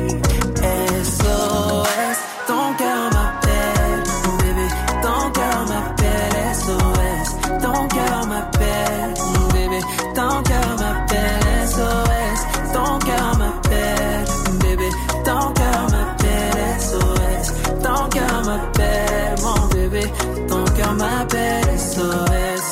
SOS, ton cœur m'appelle. Baby, ton cœur m'appelle. SOS, ton cœur m'appelle. Baby, ton cœur m'appelle. SOS, ton cœur m'appelle. Baby, ton cœur m'appelle. SOS, ton cœur m'appelle. Mon bébé, ton cœur m'appelle. SOS.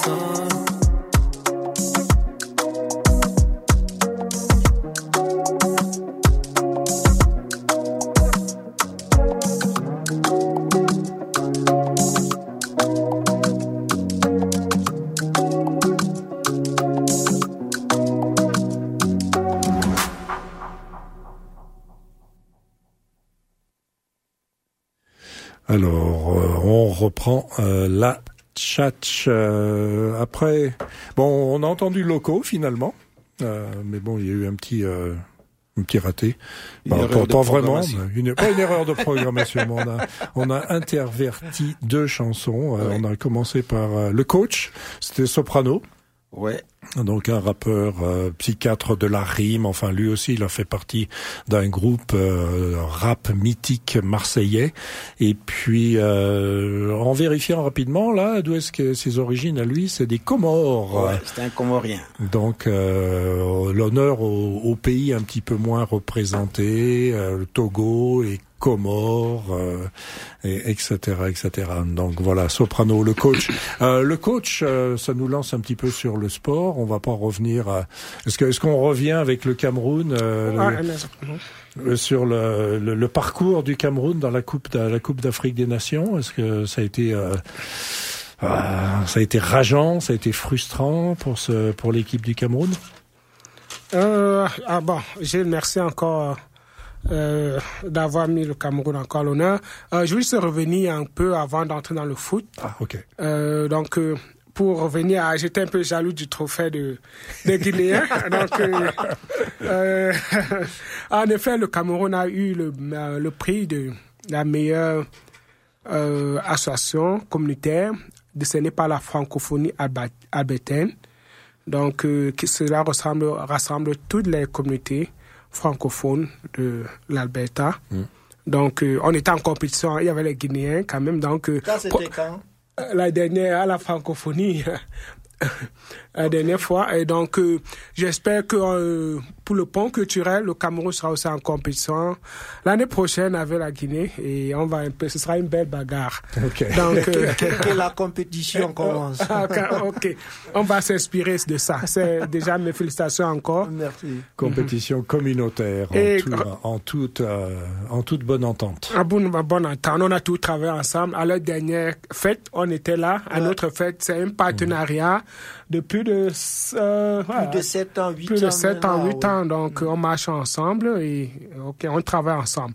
Alors, on reprend la tchatch. Après, bon, on a entendu Loco finalement, mais bon, il y a eu un petit raté. Pas vraiment, pas une erreur de programmation. On a interverti deux chansons. On a commencé par Le Coach, c'était soprano. Ouais. Donc un rappeur psychiatre de la rime, enfin lui aussi il a fait partie d'un groupe rap mythique marseillais. Et puis en vérifiant rapidement là, d'où est-ce que ses origines à lui, c'est des Comores. Ouais, c'est un Comorien. Donc l'honneur au pays un petit peu moins représenté, le Togo et Comores, etc., etc. Donc voilà, Soprano, le coach. Le coach, ça nous lance un petit peu sur le sport. On va pas revenir à... Est-ce qu'on revient avec le Cameroun sur le parcours du Cameroun dans la Coupe d'Afrique des Nations? Est-ce que ça a été rageant, ça a été frustrant pour l'équipe du Cameroun? Gilles, merci encore d'avoir mis le Cameroun encore à l'honneur. Je vais juste revenir un peu avant d'entrer dans le foot. Ah, ok. Pour revenir j'étais un peu jaloux du trophée des Guinéens. Donc, en effet, le Cameroun a eu le prix de la meilleure association communautaire décernée par la francophonie albertaine. Donc, cela rassemble toutes les communautés francophones de l'Alberta. Donc, on était en compétition. Il y avait les Guinéens quand même. Donc, ça, c'était quand? La dernière, à la francophonie, la dernière fois. Et donc, j'espère que pour le pont culturel, le Cameroun sera aussi en compétition l'année prochaine avec la Guinée. Et ce sera une belle bagarre. Okay. Donc, que la compétition commence. Ok, on va s'inspirer de ça. C'est déjà mes félicitations encore. Merci. Compétition communautaire, en toute bonne entente. En bonne entente. On a tout travaillé ensemble. À la dernière fête, on était là. À notre fête, c'est un partenariat de plus de 7 ans, 8 ans. Donc, on marche ensemble et on travaille ensemble.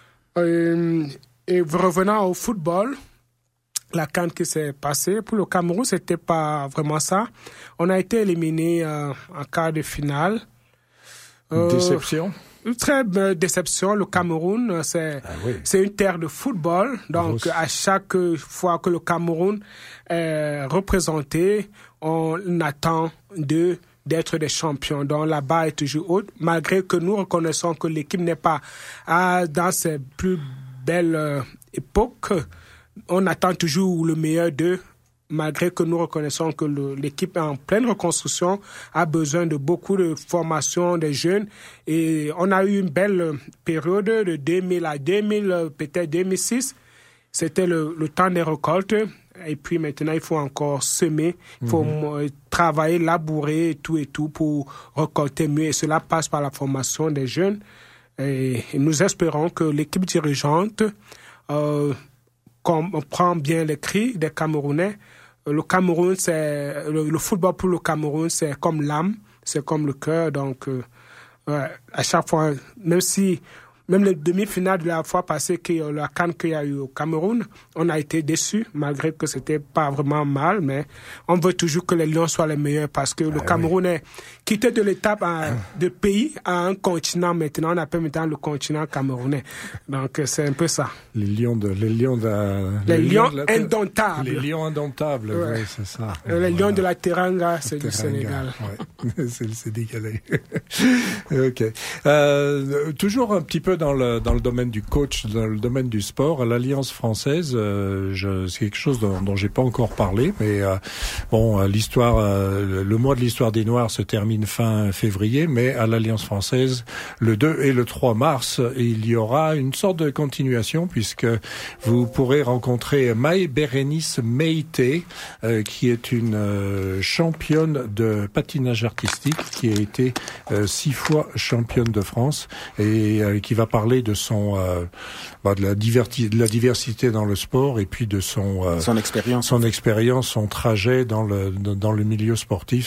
Et revenant au football, la CAN qui s'est passée, pour le Cameroun, c'était pas vraiment ça. On a été éliminé en quart de finale. Déception? Une très belle déception. Le Cameroun, c'est une terre de football. Donc, à chaque fois que le Cameroun est représenté, on attend d'être des champions. Donc, la barre est toujours haute, malgré que nous reconnaissons que l'équipe n'est pas dans ses plus belles époques. On attend toujours le meilleur d'eux, malgré que nous reconnaissons que l'équipe est en pleine reconstruction, a besoin de beaucoup de formation des jeunes. Et on a eu une belle période de 2000 à 2000, peut-être 2006. C'était le temps des récoltes. Et puis maintenant, il faut encore semer, il faut travailler, labourer et tout pour récolter mieux. Et cela passe par la formation des jeunes. Et nous espérons que l'équipe dirigeante comprend bien les cris des Camerounais. Le Cameroun, le football pour le Cameroun, c'est comme l'âme, c'est comme le cœur. Donc, à chaque fois, même les demi-finales de la fois passée, la CAN qu'il y a eu au Cameroun, on a été déçus, malgré que c'était pas vraiment mal, mais on veut toujours que les Lions soient les meilleurs parce que le Cameroun est quitté de l'étape de pays à un continent maintenant. On appelle maintenant le continent camerounais. Donc, c'est un peu ça. Les lions indomptables. Les lions indomptables, oui, c'est ça. Les lions de la Teranga, c'est du Sénégal. Ouais. C'est le Sénégalais. Ok. Toujours un petit peu dans le domaine du coach, dans le domaine du sport, à l'Alliance française, c'est quelque chose dont j'ai pas encore parlé, mais l'histoire, le mois de l'histoire des Noirs se termine fin février, mais à l'Alliance française, le 2 et le 3 mars, il y aura une sorte de continuation puisque vous pourrez rencontrer Maë-Bérénice Meïté, qui est une championne de patinage artistique, qui a été 6 fois championne de France et qui va parler de de la diversité dans le sport et puis de son expérience, son trajet dans le milieu sportif.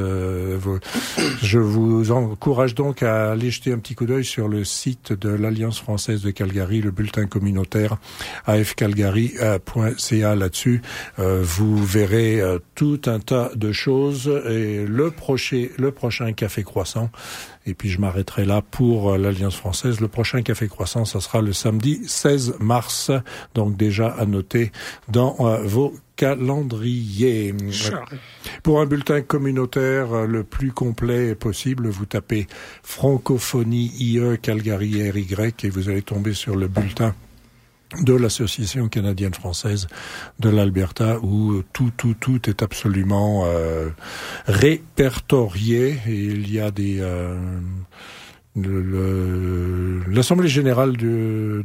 Je vous encourage donc à aller jeter un petit coup d'œil sur le site de l'Alliance française de Calgary, le bulletin communautaire afcalgary.ca. Là-dessus, vous verrez tout un tas de choses et le prochain Café Croissant Et puis je m'arrêterai là pour l'Alliance française. Le prochain Café Croissant, ça sera le samedi 16 mars. Donc déjà à noter dans vos calendrier. Sure. Pour un bulletin communautaire le plus complet possible, vous tapez Francophonie IE Calgary RY et vous allez tomber sur le bulletin de l'Association canadienne-française de l'Alberta où tout est absolument répertorié et il y a des l'Assemblée générale de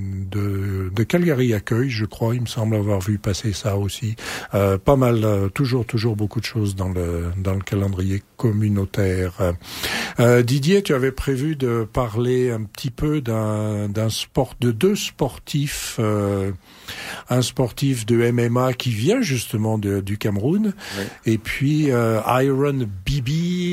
Calgary accueille, je crois, il me semble avoir vu passer ça aussi. Pas mal, toujours beaucoup de choses dans le calendrier communautaire. Didier, tu avais prévu de parler un petit peu de deux sportifs, un sportif de MMA qui vient justement du Cameroun, oui. Et puis Iron Bibi,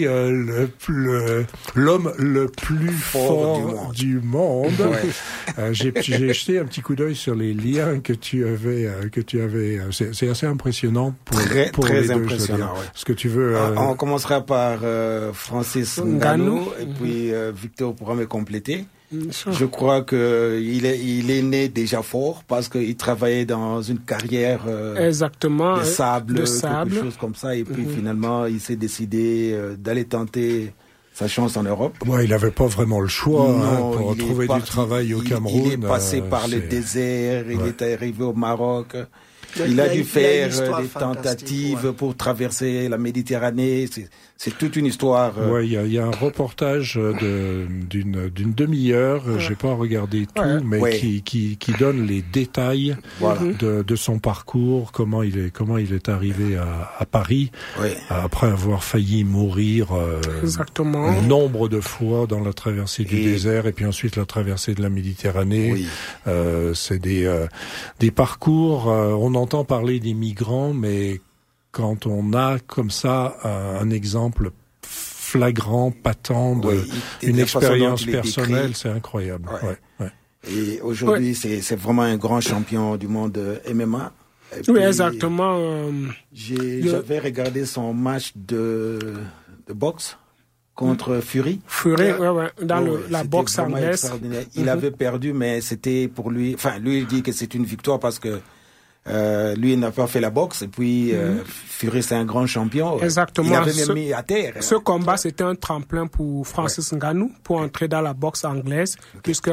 l'homme le plus fort du monde. Ouais. J'ai jeté un petit coup d'œil sur les liens que tu avais. C'est assez impressionnant pour très les impressionnant. Ouais. Ce que tu veux. On commencera par Francis Ngannou et puis Victor pourra me compléter. Je crois que il est né déjà fort parce qu'il travaillait dans une carrière exactement de sable, quelque chose comme ça, et puis finalement il s'est décidé d'aller tenter sa chance en Europe. Ouais, il n'avait pas vraiment le choix pour trouver du travail au Cameroun. Il est passé par le désert, il est arrivé au Maroc. Il a dû faire des tentatives pour traverser la Méditerranée. C'est toute une histoire. Ouais, il y a un reportage d'une demi-heure. J'ai pas regardé tout, mais qui donne les détails de son parcours, comment il est arrivé à Paris après avoir failli mourir exactement nombre de fois dans la traversée du désert et puis ensuite la traversée de la Méditerranée. Oui. C'est des parcours. On entend parler des migrants, mais quand on a comme ça un exemple flagrant, patent d'une expérience personnelle, c'est incroyable. Ouais. Et aujourd'hui, c'est vraiment un grand champion du monde MMA. Et oui, exactement. J'avais regardé son match de boxe contre Fury. Dans la boxe anglaise. Il avait perdu, mais c'était pour lui... Enfin, lui, il dit que c'est une victoire parce que lui, il n'a pas fait la boxe, et puis Fury, c'est un grand champion. Exactement. Il avait même mis à terre. Ce combat, c'était un tremplin pour Francis Ngannou pour entrer dans la boxe anglaise, puisque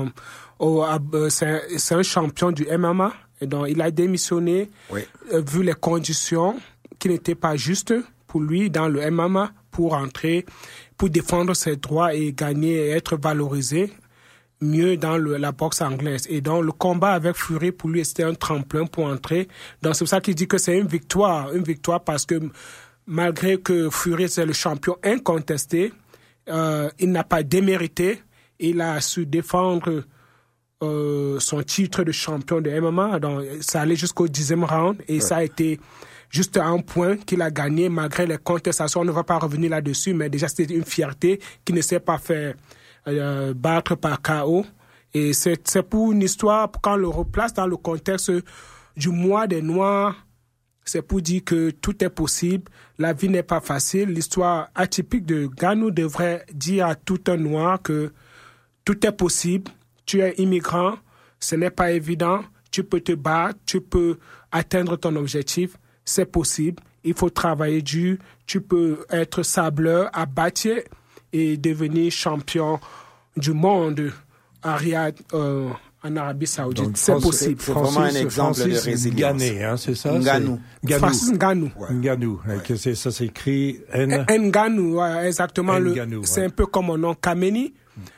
c'est un champion du MMA, et donc il a démissionné vu les conditions qui n'étaient pas justes pour lui dans le MMA pour entrer, pour défendre ses droits et gagner et être valorisé mieux dans la boxe anglaise. Et donc, le combat avec Fury, pour lui, c'était un tremplin pour entrer. Donc, c'est pour ça qu'il dit que c'est une victoire parce que malgré que Fury, c'est le champion incontesté, il n'a pas démérité. Il a su défendre son titre de champion de MMA. Donc, ça allait jusqu'au 10e round et ça a été juste un point qu'il a gagné malgré les contestations. On ne va pas revenir là-dessus, mais déjà, c'était une fierté qu'il ne s'est pas fait battre par KO. Et c'est pour une histoire, quand on le replace dans le contexte du mois des Noirs, c'est pour dire que tout est possible, la vie n'est pas facile. L'histoire atypique de Ngannou devrait dire à tout un Noir que tout est possible, tu es immigrant, ce n'est pas évident, tu peux te battre, tu peux atteindre ton objectif, c'est possible, il faut travailler dur, tu peux être sableur à Batier et devenir champion du monde à Riyad, en Arabie Saoudite. Donc, c'est possible. C'est vraiment un exemple de résilience. Ngannou, c'est ça? Ngannou. Francis Ngannou. Ngannou. Ça s'écrit Ngannou, exactement. C'est un peu comme mon nom Kameni.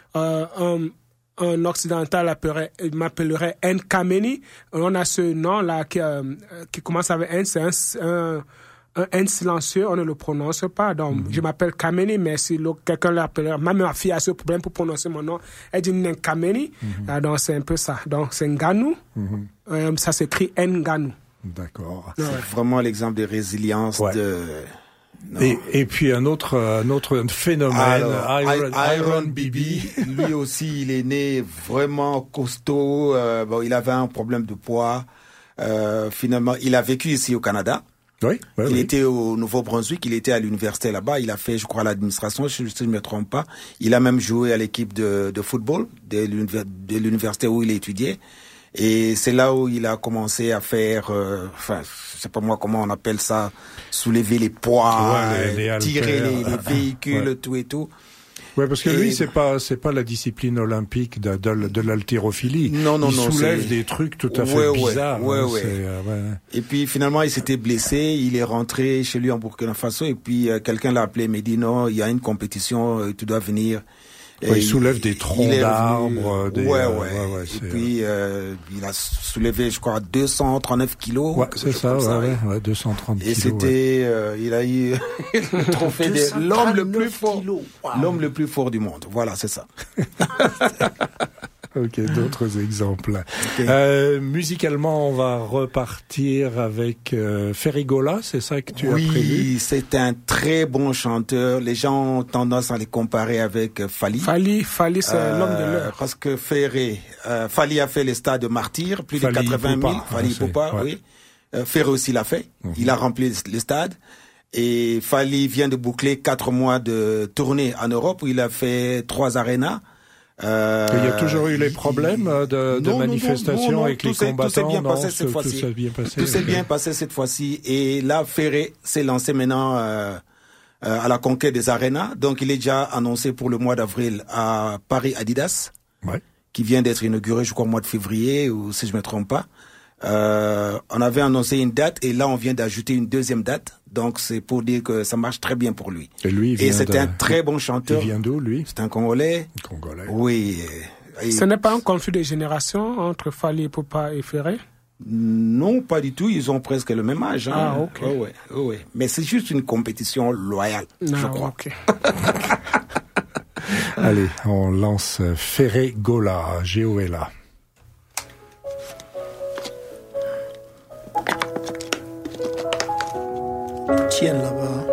Un occidental m'appellerait Nkameni. On a ce nom-là qui commence avec N, c'est un N silencieux, on ne le prononce pas. Donc, je m'appelle Kameni, mais si quelqu'un l'appelle, même ma fille a ce problème pour prononcer mon nom, elle dit Nkameni. Donc, c'est un peu ça. Donc, c'est Ngannou. Ça s'écrit Ngannou. D'accord. C'est vraiment l'exemple de résilience Et puis un autre phénomène, Iron Bibi. Lui aussi, il est né vraiment costaud. Il avait un problème de poids. Finalement, il a vécu ici au Canada. Oui, il était au Nouveau-Brunswick, il était à l'université là-bas, il a fait, je crois, l'administration, si je ne me trompe pas. Il a même joué à l'équipe de football de l'université où il étudiait. Et c'est là où il a commencé à faire, je sais pas moi comment on appelle ça, soulever les poids, tirer les véhicules, tout et tout. Ouais, parce que lui, c'est pas la discipline olympique de l'haltérophilie. Non, il soulève des trucs tout à fait bizarres. Et puis finalement, il s'était blessé, il est rentré chez lui en Burkina Faso, et puis quelqu'un l'a appelé, m'a dit non, il y a une compétition, tu dois venir. Il soulève des troncs d'arbres. Et puis, il a soulevé, je crois, 239 kilos. Ouais, c'est ça, 230 kilos. Et c'était, il a eu le trophée de l'homme le plus fort. L'homme le plus fort du monde. Voilà, c'est ça. Ok, d'autres exemples. Okay. Musicalement, on va repartir avec Ferrigola, c'est ça que tu as prévu? Oui, c'est un très bon chanteur. Les gens ont tendance à les comparer avec Fally. Fally, c'est l'homme de l'heure. Parce que Fally a fait les stades de Martyrs, plus de 80 000. Fally Ipupa, oui. Ferré aussi l'a fait. Il a rempli les stades. Et Fally vient de boucler 4 mois de tournée en Europe où il a fait 3 arénas. Il y a toujours eu les problèmes de manifestations avec les combattants. Tout s'est bien passé cette fois-ci. Tout s'est bien passé cette fois-ci. Et là, Ferré s'est lancé maintenant à la conquête des arénas. Donc, il est déjà annoncé pour le mois d'avril à Paris Adidas, qui vient d'être inauguré, je crois, au mois de février, ou si je me trompe pas. On avait annoncé une date et là, on vient d'ajouter une deuxième date. Donc, c'est pour dire que ça marche très bien pour lui. Et c'est un très bon chanteur. Il vient d'où, lui? C'est un Congolais. Oui. Ce n'est pas un conflit de génération entre Fally Ipupa et Ferré? Non, pas du tout. Ils ont presque le même âge. Hein. Ah, ok. Ouais. Mais c'est juste une compétition loyale, je crois. Okay. Allez, on lance Ferrigola, G-O-L-A. Tiens là-bas.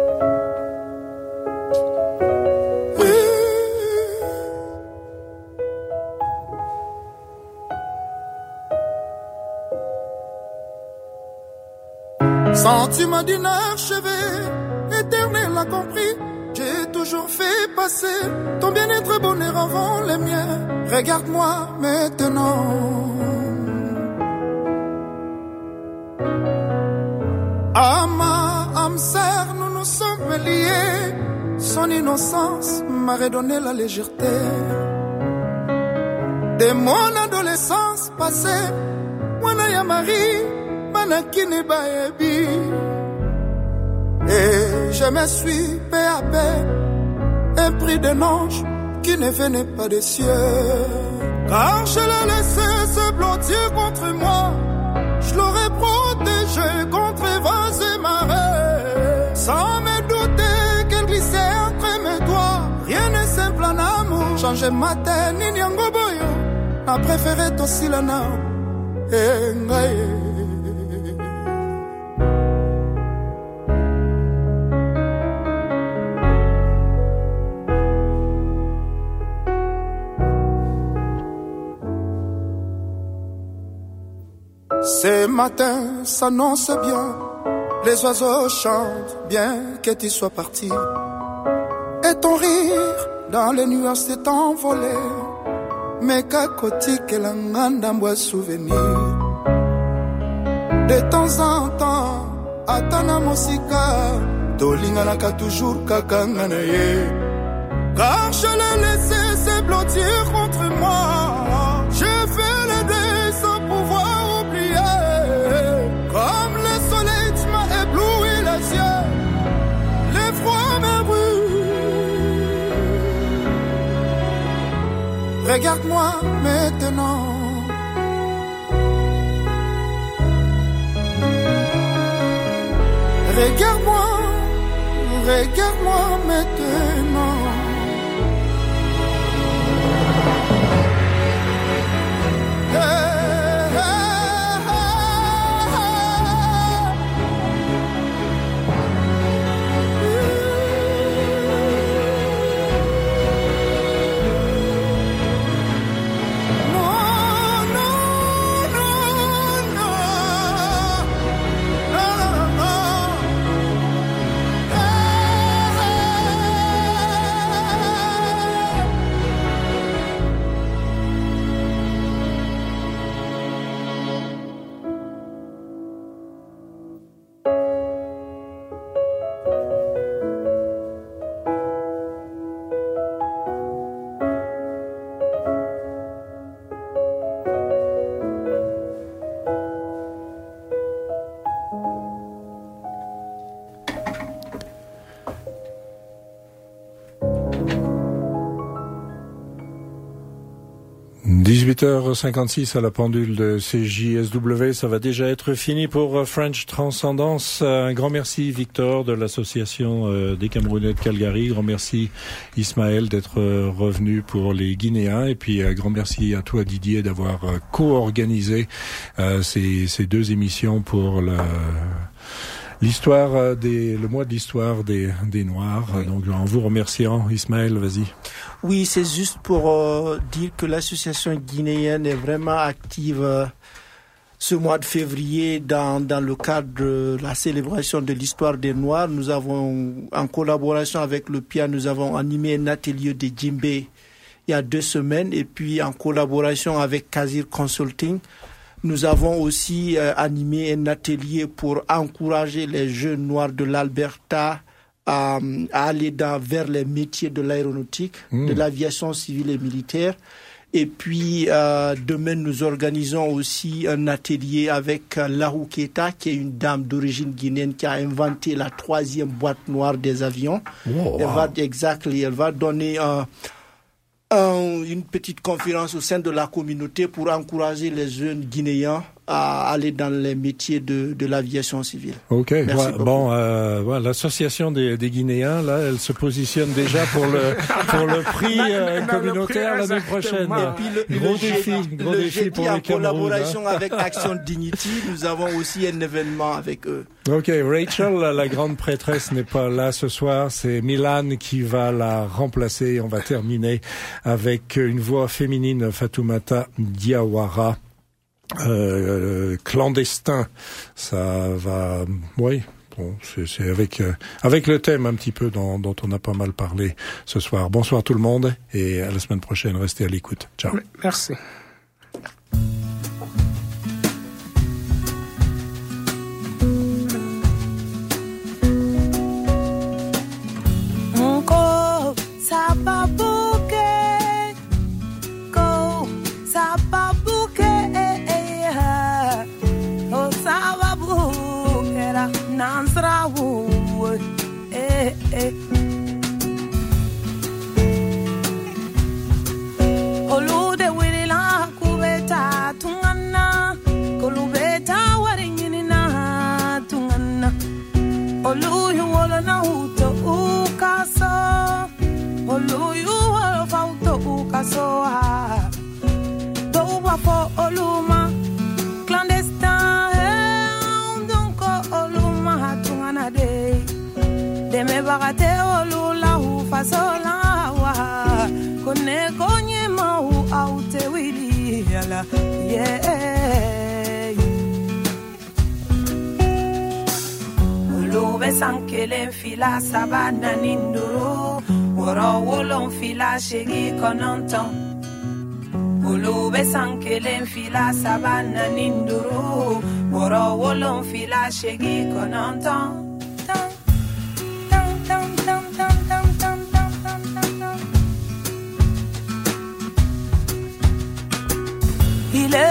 Sentiment d'une archevée, éternel a compris. J'ai toujours fait passer ton bien-être bonheur avant les miens. Regarde-moi maintenant. Âme sœur, nous nous sommes liés. Son innocence m'a redonné la légèreté de mon adolescence passée. Wana ya Marie, manakini baebi. Et je me suis peu à peu épris d'un ange qui ne venait pas des cieux. Car je l'ai laissé se blottir contre moi. Je l'aurais protégé contre vents et marées. Sans me douter qu'elle glissait entre mes doigts. Rien n'est simple en amour. Changer ma tête, ni nyango boyo. A préféré tossi la nao. Ce matin s'annonce bien, les oiseaux chantent bien que tu sois parti. Et ton rire dans les nuages s'est envolé. Mais kakoti que l'angandambois souvenir. De temps en temps, atana mosika, tolinganaka toujours kakanganaye. Car je l'ai laissé se blottir contre moi. J'ai fait le deuil sans pouvoir oublier. Comme le soleil tu m'as ébloui les yeux. L'effroi me brûle. Regarde-moi maintenant. Regarde-moi maintenant. 18h56 à la pendule de CJSW, ça va déjà être fini pour French Transcendance. Un grand merci Victor de l'association des Camerounais de Calgary, grand merci Ismaël d'être revenu pour les Guinéens et puis grand merci à toi Didier d'avoir co-organisé ces deux émissions pour le mois de l'histoire des Noirs. Oui. Donc en vous remerciant, Ismaël, vas-y. Oui, c'est juste pour dire que l'association guinéenne est vraiment active ce mois de février dans le cadre de la célébration de l'histoire des Noirs. Nous avons, en collaboration avec le PIA, nous avons animé un atelier de djembé il y a 2 semaines et puis en collaboration avec Kazir Consulting, nous avons aussi animé un atelier pour encourager les jeunes noirs de l'Alberta à aller vers les métiers de l'aéronautique, de l'aviation civile et militaire. Et puis, demain, nous organisons aussi un atelier avec Lahou Keita, qui est une dame d'origine guinéenne qui a inventé la 3e boîte noire des avions. Oh, wow. Elle va donner une petite conférence au sein de la communauté pour encourager les jeunes Guinéens à aller dans les métiers de l'aviation civile. Ok. Merci bon, l'association des Guinéens, là, elle se positionne déjà pour le prix communautaire l'année prochaine. Et puis gros défi pour les Cameroun. En collaboration avec Action Dignity, nous avons aussi un événement avec eux. Ok, Rachel, la grande prêtresse, n'est pas là ce soir. C'est Milan qui va la remplacer. On va terminer avec une voix féminine, Fatoumata Diawara. Clandestin, ça va, oui, bon, c'est avec le thème un petit peu dont on a pas mal parlé ce soir. Bonsoir tout le monde et à la semaine prochaine, restez à l'écoute. Ciao. Merci. Sankelen fila sabana ninduru woro wolon fila shegi kononton Ulube sankelen fila sabana ninduru woro wolon fila shegi kononton Il est